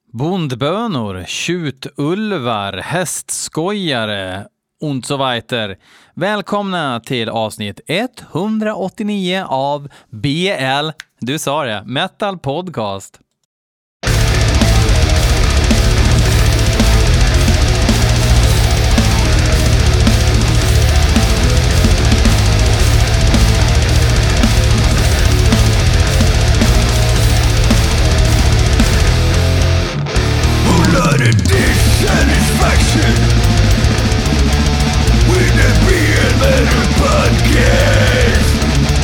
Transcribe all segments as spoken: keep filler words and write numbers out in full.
Bondbönor, tjutulvar, hästskojare och så vidare. Välkomna till avsnitt etthundraåttionio av B L, du sa det, Metal Podcast. Satisfaction with the B L Metal Podcast.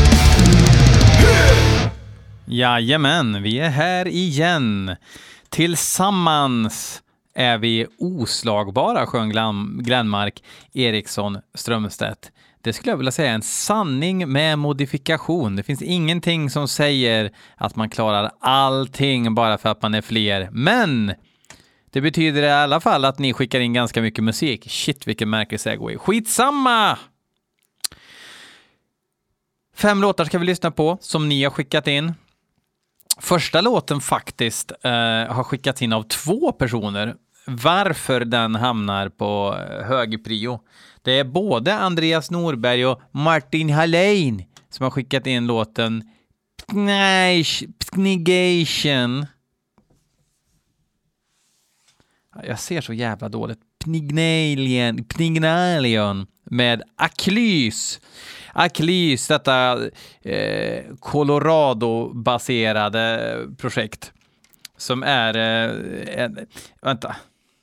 Jajamän, vi är här igen. Tillsammans är vi oslagbara, sjöng Glenmark Eriksson Strömstedt. Det skulle jag vilja säga är en sanning med modifikation. Det finns ingenting som säger att man klarar allting bara för att man är fler. Men det betyder i alla fall att ni skickar in ganska mycket musik. Shit, vilken märklig segway. Skitsamma! Fem låtar ska vi lyssna på som ni har skickat in. Första låten faktiskt eh, har skickats in av två personer. Varför den hamnar på hög prio. Det är både Andreas Norberg och Martin Hallin som har skickat in låten Pnigation. Jag ser så jävla dåligt. Pnignalion, Pnignalion med Aklys. Aklys, detta eh, Colorado-baserade projekt som är eh, en, vänta.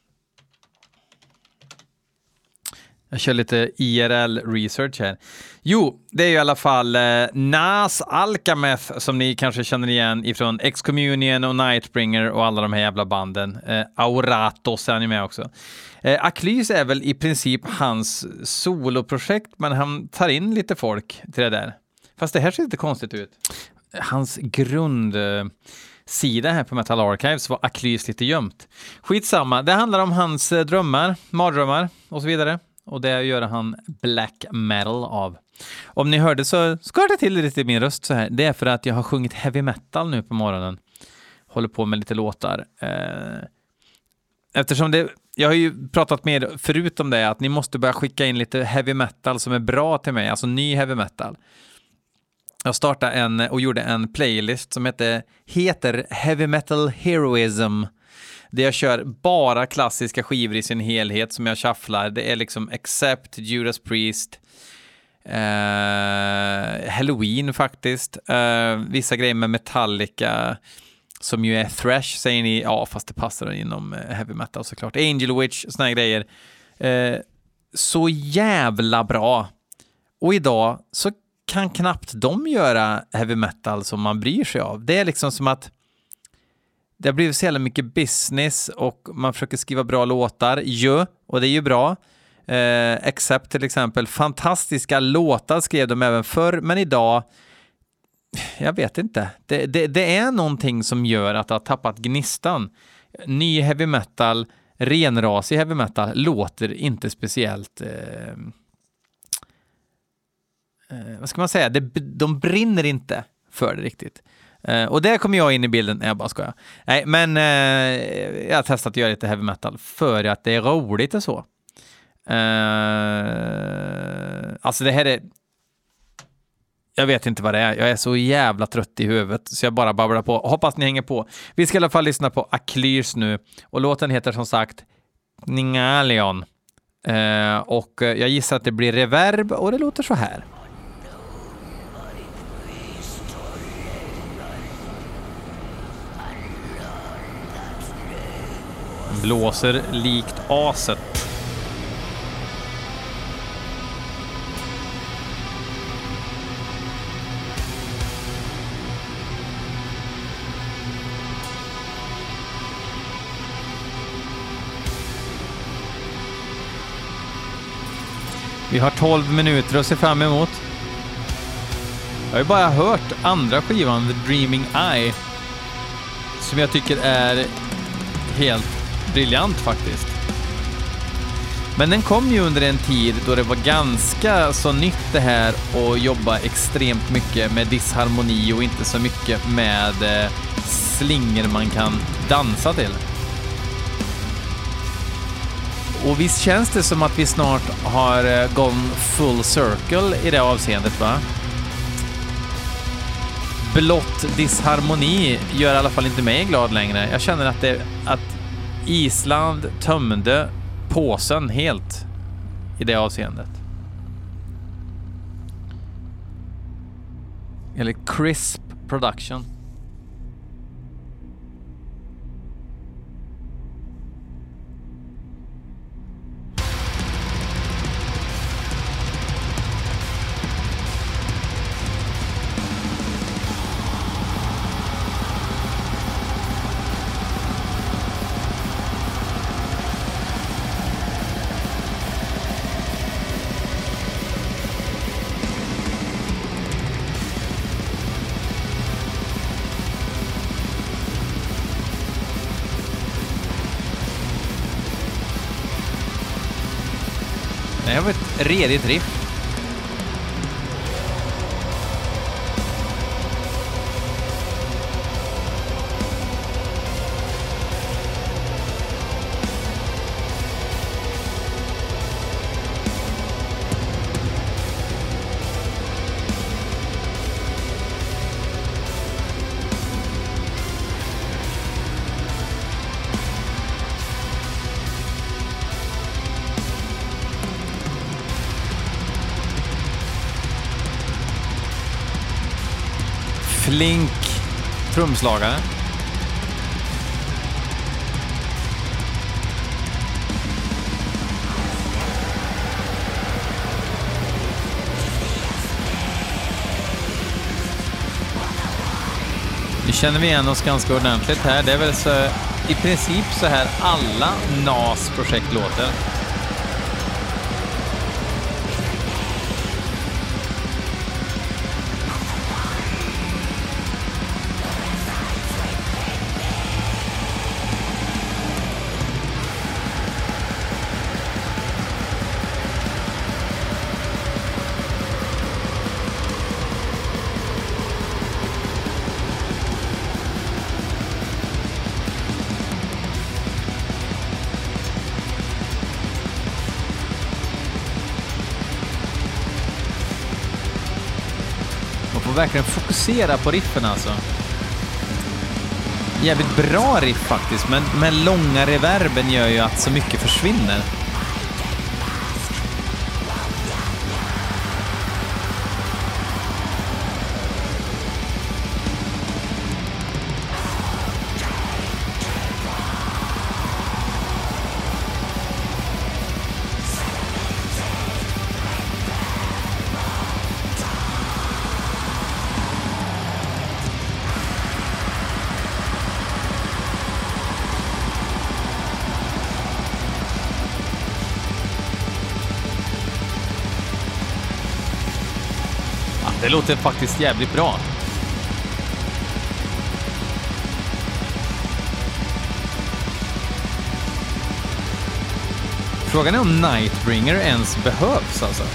Jag kör lite I R L-research här. Jo, det är ju i alla fall eh, Nas Alchemeth som ni kanske känner igen ifrån Excommunion och Nightbringer och alla de här jävla banden. Eh, Auratos är ni med också. Eh, Aklys är väl i princip hans soloprojekt, men han tar in lite folk till det där. Fast det här ser lite konstigt ut. Hans grund... Eh, sida här på Metal Archives var Aklys lite gömt. Skitsamma, det handlar om hans eh, drömmar, mardrömmar och så vidare. Och det gör han black metal av. Om ni hörde så skar det till lite i min röst så här. Det är för att jag har sjungit heavy metal nu på morgonen. Håller på med lite låtar. Eftersom det, jag har ju pratat med er förut om det, att ni måste börja skicka in lite heavy metal som är bra till mig. Alltså ny heavy metal. Jag startade en och gjorde en playlist som heter, heter Heavy Metal Heroism. Där jag kör bara klassiska skivor i sin helhet som jag shufflar. Det är liksom Accept, Judas Priest, uh, Halloween faktiskt. Uh, vissa grejer med Metallica som ju är thrash, säger ni. Ja, fast det passar inom heavy metal såklart. Angel Witch, såna här grejer. Uh, så jävla bra. Och idag så kan knappt de göra heavy metal som man bryr sig av. Det är liksom som att det har blivit så jävla mycket business och man försöker skriva bra låtar. Jo, och det är ju bra. Eh, Accept till exempel. Fantastiska låtar skrev de även förr. Men idag, jag vet inte. Det, det, det är någonting som gör att det har tappat gnistan. Ny heavy metal, renrasig heavy metal låter inte speciellt... Eh, eh, vad ska man säga? Det, de brinner inte för det riktigt. Uh, och där kommer jag in i bilden. Nej, jag bara skojar. Nej, men uh, jag har testat att göra lite heavy metal för att det är roligt och så. Uh, alltså det här är... Jag vet inte vad det är. Jag är så jävla trött i huvudet så jag bara babblar på. Hoppas ni hänger på. Vi ska i alla fall lyssna på Aklys nu. Och låten heter som sagt Pnignalion. Uh, och jag gissar att det blir reverb och det låter så här. Blåser likt aset. Vi har tolv minuter att se fram emot. Jag har ju bara hört andra skivan, The Dreaming Eye, som jag tycker är helt briljant faktiskt. Men den kom ju under en tid då det var ganska så nytt det här att jobba extremt mycket med disharmoni och inte så mycket med eh, slingor man kan dansa till. Och visst känns det som att vi snart har gone full circle i det avseendet, va? Blott disharmoni gör i alla fall inte mig glad längre. Jag känner att, det, att Island tömde påsen helt i det avseendet. Eller crisp production. Det var ett redigt riff. Flink trumslagare. Nu känner vi igen oss ganska ordentligt här. Det är väl så, i princip så här alla N A S-projekt låter. Verkligen fokusera på riffen alltså. Jävligt bra riff faktiskt, men med långa reverben gör ju att så mycket försvinner. Det låter faktiskt jävligt bra. Frågan är om Nightbringer ens behövs alltså.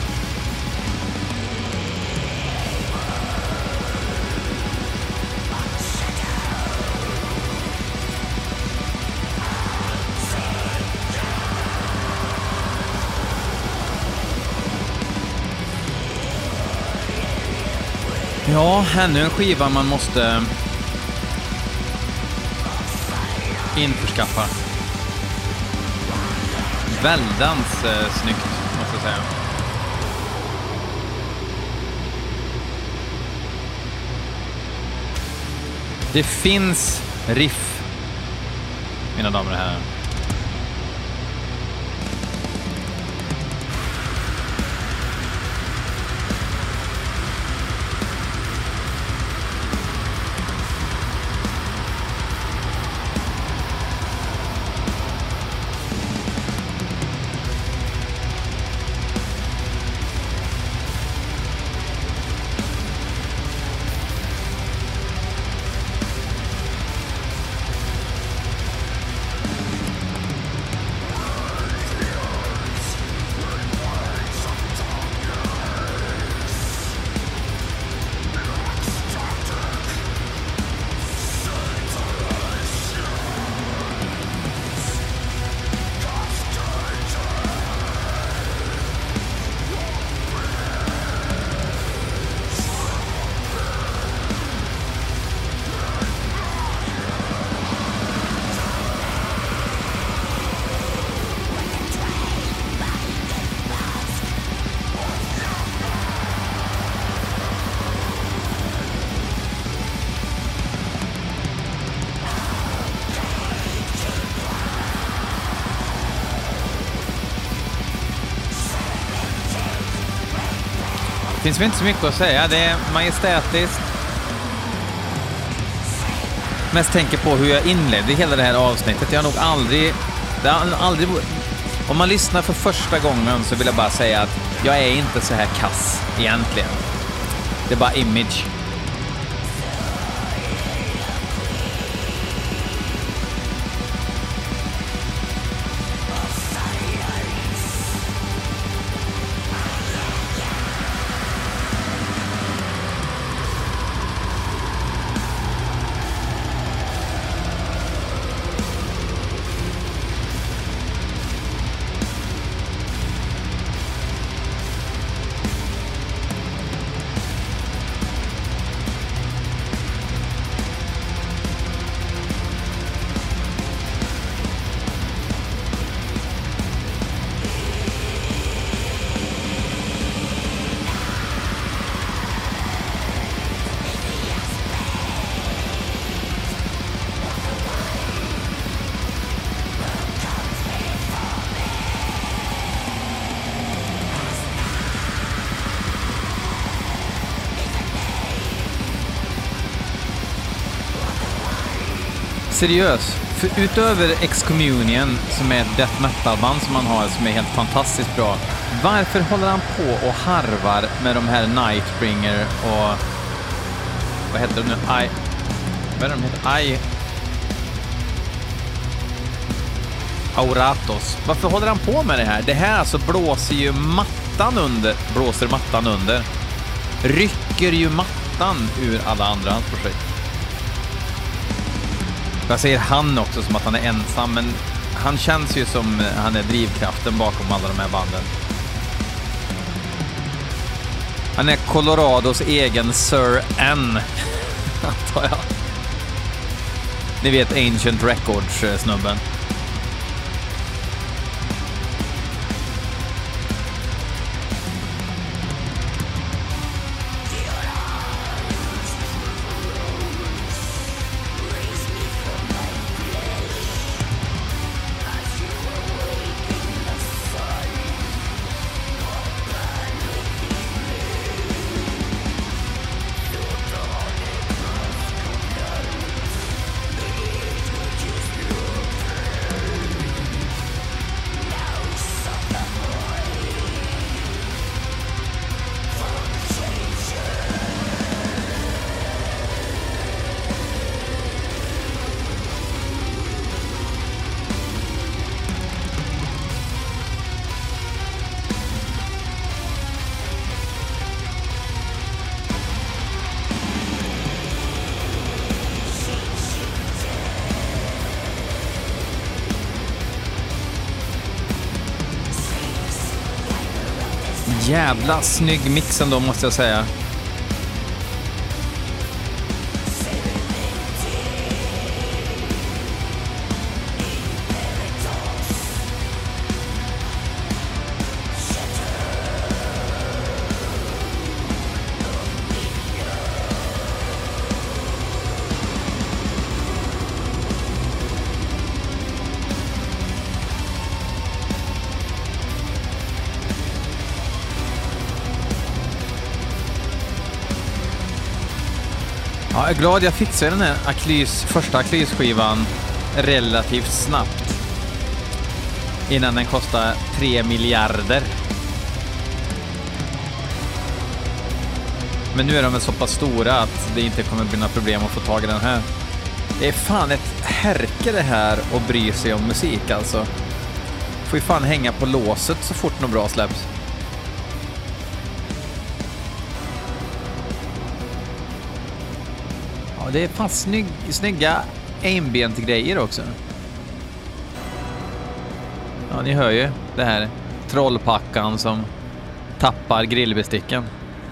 Ja, ännu en skiva man måste införskaffa. Väldans eh, snyggt, måste jag säga. Det finns riff, mina damer och herrar. finns väl inte så mycket att säga. Det är majestätiskt. Mest tänker på hur jag inledde hela det här avsnittet. Jag har nog aldrig... Det har aldrig om man lyssnar för första gången så vill jag bara säga att jag är inte så här kass egentligen. Det är bara image. Seriös. För utöver Excommunion som är ett death metal-band som man har som är helt fantastiskt bra. Varför håller han på och harvar med de här Nightbringer och vad heter det nu? I Vad är de heter? I Auratos. Varför håller han på med det här? Det här alltså blåser ju mattan under. Blåser mattan under. Rycker ju mattan ur alla andra hans projekt. Jag säger han också som att han är ensam, men han känns ju som han är drivkraften bakom alla de här banden. Han är Colorados egen Sir N, antar jag. Ni vet Ancient Records-snubben. Jävla snygg mixen då, måste jag säga. Ja, jag är glad jag fixade den här Aklys, första Aklys-skivan relativt snabbt. Innan den kostade tre miljarder. Men nu är de väl så pass stora att det inte kommer bli några problem att få tag i den här. Det är fan ett härke det här att bry sig om musik alltså. Får ju fan hänga på låset så fort något bra släpps. Det är fan snygg, snygga ambient-grejer också. Ja, ni hör ju det här trollpackan som tappar grillbesticken.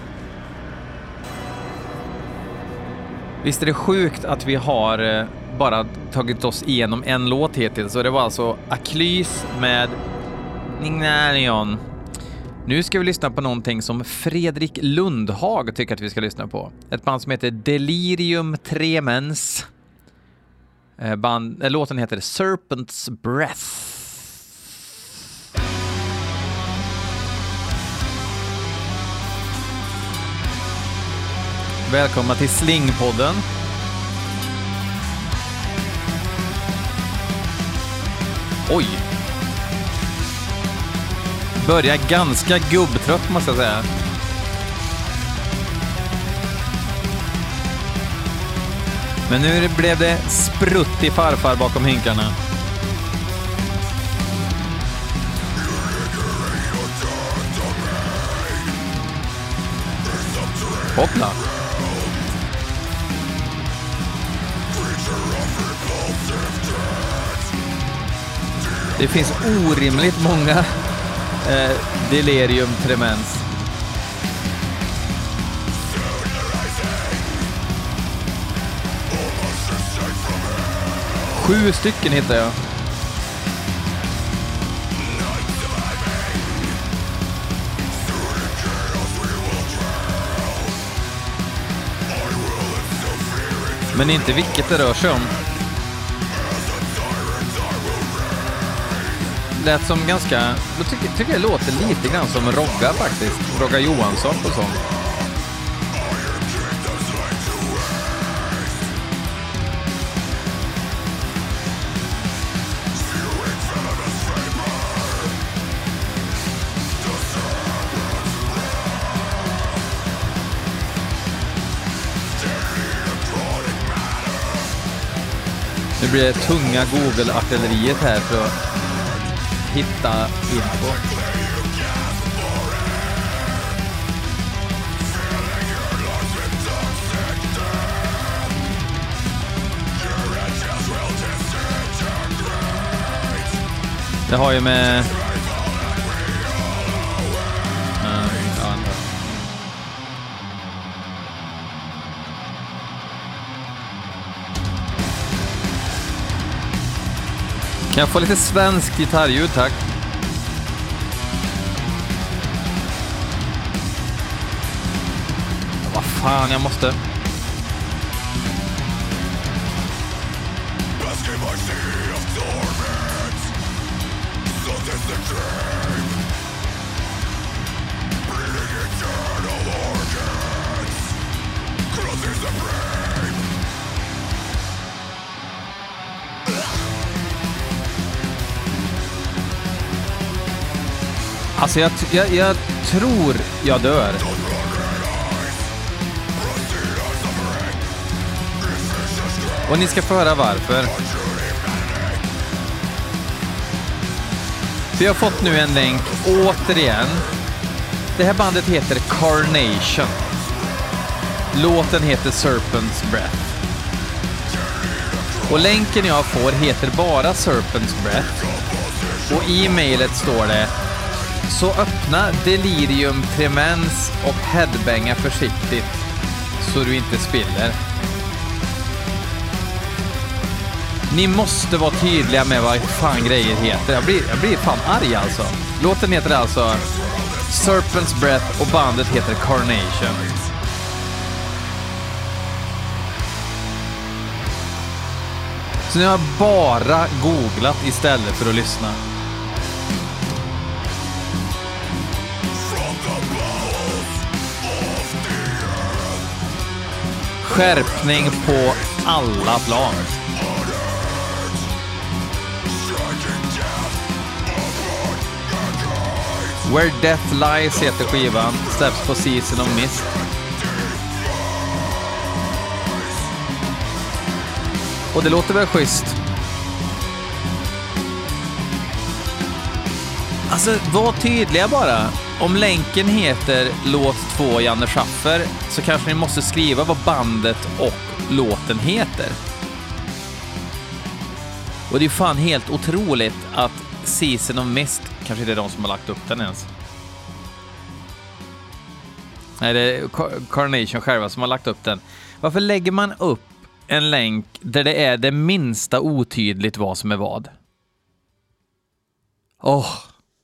Visst är det sjukt att vi har bara tagit oss igenom en låt hittills. Så det var alltså Aklys med Nignarion. Nu ska vi lyssna på någonting som Fredrik Lundhag tycker att vi ska lyssna på. Ett band som heter Delirium Tremens. Band, äh, låten heter Serpent's Breath. Välkomna till Slingpodden. Oj. Börjar ganska gubbtrött måste jag säga. Men nu blev det sprutt i farfar bakom hinkarna. Hoppla. Det finns orimligt många eh, delirium tremens. Sju stycken hittar jag. Men inte vilket det rör sig om. Lät som ganska... Jag tycker, tycker det låter lite grann som Rogga faktiskt. Rogga Johansson och sånt. Nu blir det tunga Google-artilleriet här för att hitta info. Det har ju med... Kan jag få lite svensk gitarrljud, tack? Vad fan, jag måste... Alltså jag, jag, jag tror jag dör. Och ni ska få höra varför. Vi har fått nu en länk återigen. Det här bandet heter Carnation. Låten heter Serpent's Breath. Och länken jag får heter bara Serpent's Breath. Och i mejlet står det: så öppna delirium tremens och headbanga försiktigt så du inte spiller. Ni måste vara tydliga med vad fan grejer heter. Jag blir, jag blir fan arg alltså. Låten heter alltså Serpent's Breath och bandet heter Carnation. Så nu har jag bara googlat istället för att lyssna. Skärpning på alla plan. Where Death Lies heter skivan. Släpps på Season of Mist. Och det låter väl schysst. Alltså, var tydliga bara. Om länken heter låt två Janne Schaffer så kanske ni måste skriva vad bandet och låten heter. Och det är fan helt otroligt att Season of Mist kanske inte är de som har lagt upp den ens. Nej, det är Carnation själva som har lagt upp den. Varför lägger man upp en länk där det är det minsta otydligt vad som är vad? Åh. Oh.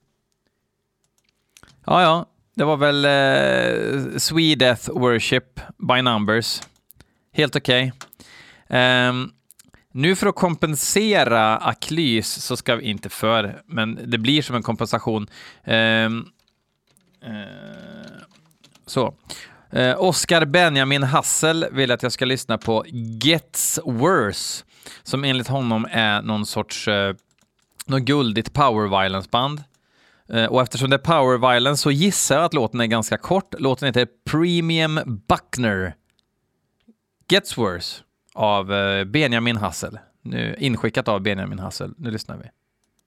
Ja, ja. Det var väl eh, Swedeth Worship by Numbers. Helt okej. Okay. Um, nu för att kompensera Aklys så ska vi inte för, men det blir som en kompensation. Um, uh, så. Eh, Oscar Benjamin Hassel vill att jag ska lyssna på Gets Worse, som enligt honom är någon sorts eh, något guldigt power violence band. Eh, och eftersom det är power violence så gissar jag att låten är ganska kort. Låten heter Premium Buckner. Gets Worse av eh, Benjamin Hassel. Nu, inskickat av Benjamin Hassel. Nu lyssnar vi.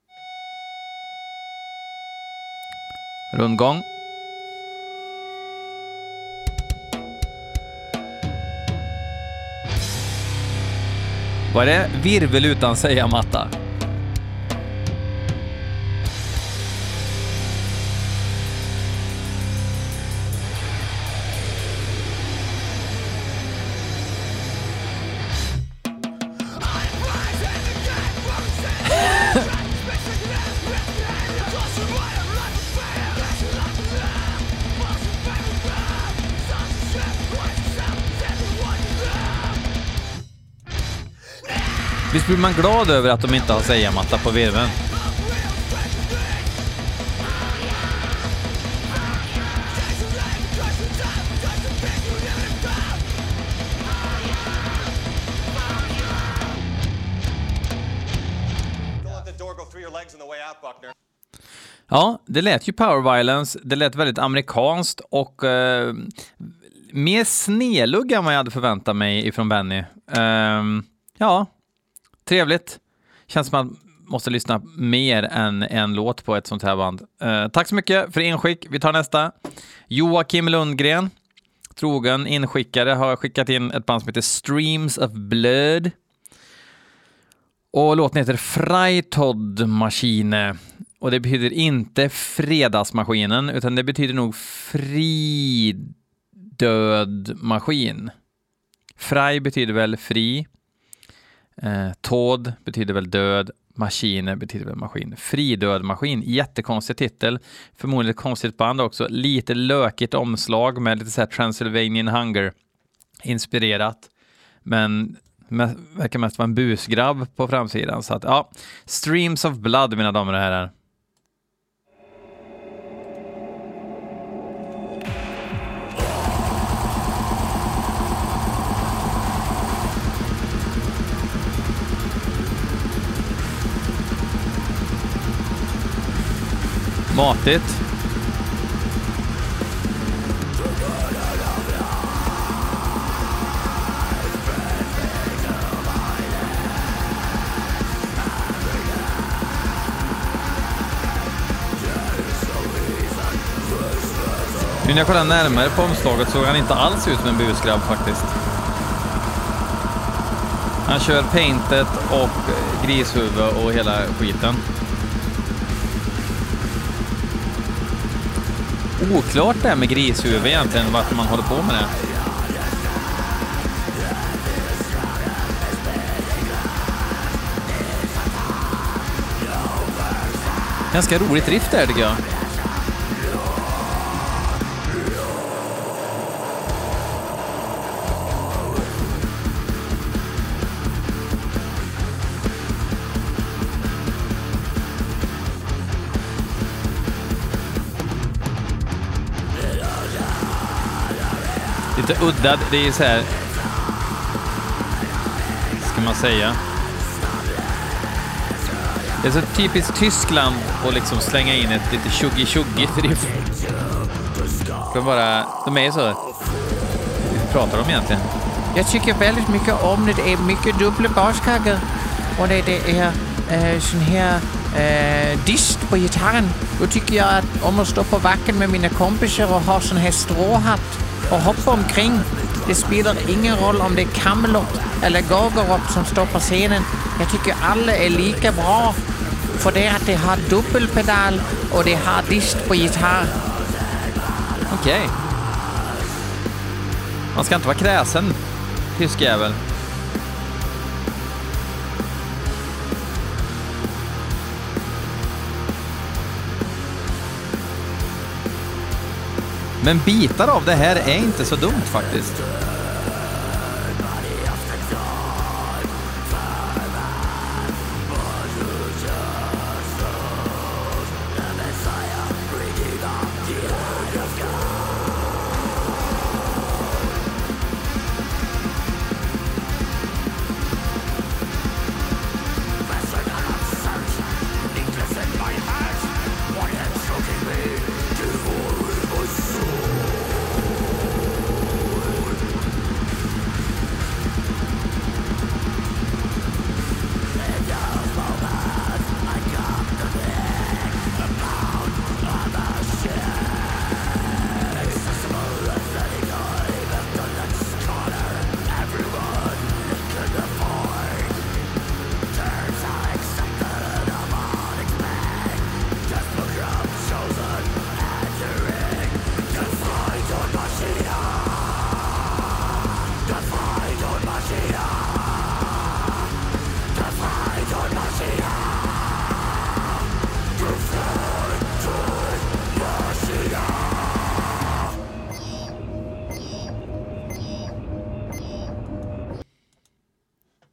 Rundgång. Vad är det? Virvel utan säga matta. Visst blir man glad över att de inte har säga-matta på virveln? Ja, det lät ju power violence. Det lät väldigt amerikanskt och eh, mer snelugg än vad jag hade förväntat mig ifrån Benny. Eh, ja, trevligt. Känns som att man måste lyssna mer än en låt på ett sånt här band. Eh, tack så mycket för inskick. Vi tar nästa. Joakim Lundgren, trogen inskickare, har skickat in ett band som heter Streams of Blood. Och låten heter Freitod-maskine. Och det betyder inte fredagsmaskinen, utan det betyder nog fridödmaskin. Frei betyder väl fri. Eh, Tod betyder väl död. Maskiner betyder väl maskin. Fridödmaskin, jättekonstig titel. Förmodligen ett konstigt band också. Lite lökigt omslag med lite så här Transylvanian Hunger inspirerat. Men med, verkar mest vara en busgrabb på framsidan. Så att, ja, Streams of Blood, mina damer och herrar. Matigt. Nu när jag kollar närmare på omslaget såg han inte alls ut som en busgrabb faktiskt. Han kör paintet och grishuvud och hela skiten. Oklart det med grishuvud egentligen, varför man håller på med det. Ganska roligt riff där tycker jag. Lite uddad, det är så här, ska man säga, det är så typiskt Tyskland att liksom slänga in ett lite tjuggi-tjuggigt riff. De bara, de är ju så, hur pratar de egentligen? Jag tycker väldigt mycket om det. Det är mycket dubbla baskaggar och det, det är äh, sån här äh, dist på gitarren. Då tycker jag att om att stå på backen med mina kompisar och ha sån här stråhatt och hoppa omkring. Det spelar ingen roll om det är Kamelot eller Gorgoroth som står på scenen. Jag tycker alla är lika bra för det att det har dubbelpedal och det har dist på gitarr. Okej. Okay. Man ska inte vara kräsen, tyskjävel. Men bitar av det här är inte så dumt faktiskt.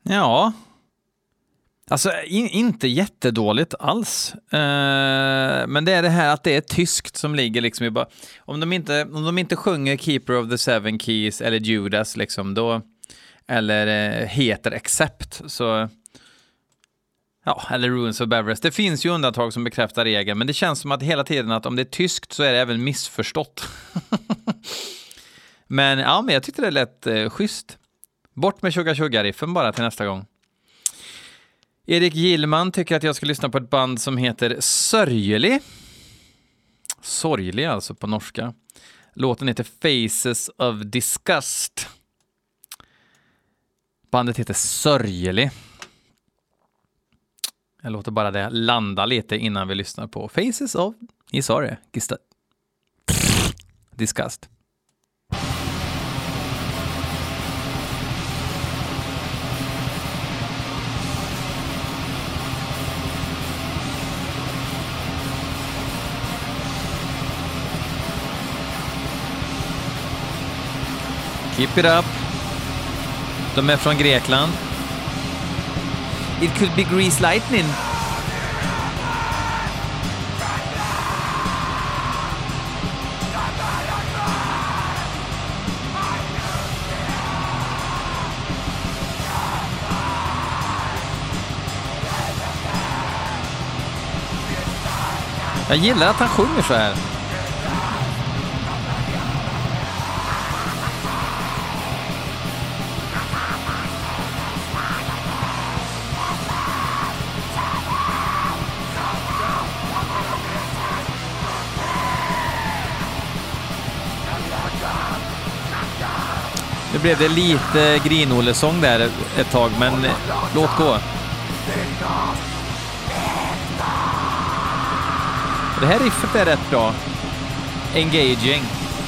Ja. Alltså in, inte jättedåligt alls. Uh, men det är det här att det är tyskt som ligger liksom i bara... Om de inte, om de inte sjunger Keeper of the Seven Keys eller Judas liksom då... Eller uh, heter Accept så... Ja, eller Ruins of Beverest. Det finns ju undantag som bekräftar regeln, men det känns som att hela tiden att om det är tyskt så är det även missförstått. men ja, men jag tyckte det lät uh, schysst. Bort med Tjugga Tjugga-riffen bara till nästa gång. Erik Gillman tycker att jag ska lyssna på ett band som heter Sörjelig. Sorglig alltså på norska. Låten heter Faces of Disgust. Bandet heter Sörjelig. Jag låter bara det landa lite innan vi lyssnar på Faces of... Ni sa det. Gista... Disgust. Keep it up. De är från Grekland. It could be Grease Lightning. Jag gillar att han sjunger så här. Nu blev det lite Grin-Olle-sång där ett tag, men låt gå. Det här riffet är rätt bra. Engaging.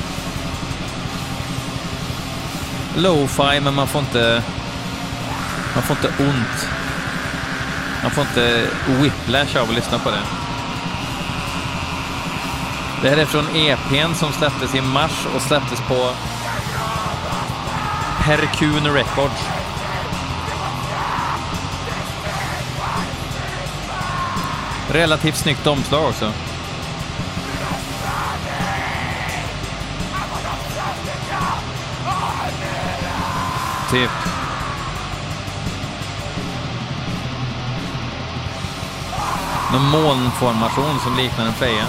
Lo-fi, men man får inte man får inte ont. Man får inte whiplash av att lyssna på det. Det här är från E P:n som släpptes i mars och släpptes på Hercune Records. Relativt snyggt omslag också. Typ. Någon molnformation som liknar en feja.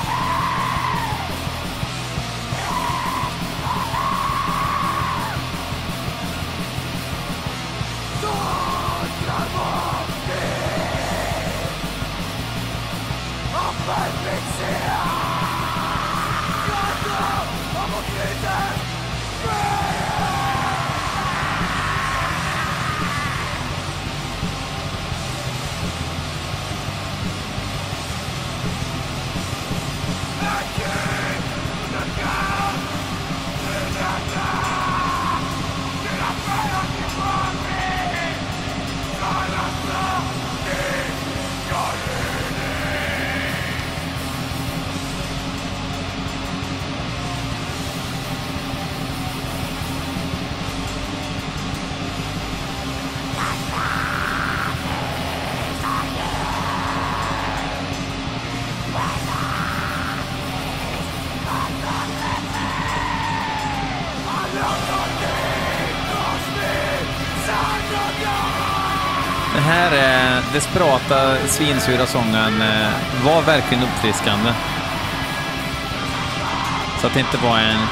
Den här eh, desperata, svinsura sången eh, var verkligen uppfriskande. Så att det inte var en...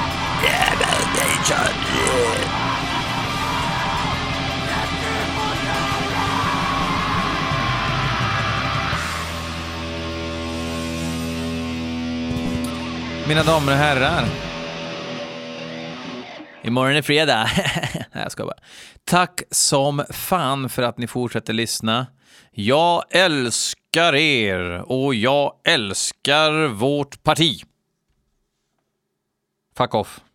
Mina damer och herrar. Imorgon är fredag. Jag ska bara. Tack som fan för att ni fortsätter lyssna. Jag älskar er och jag älskar vårt parti. Fuck off.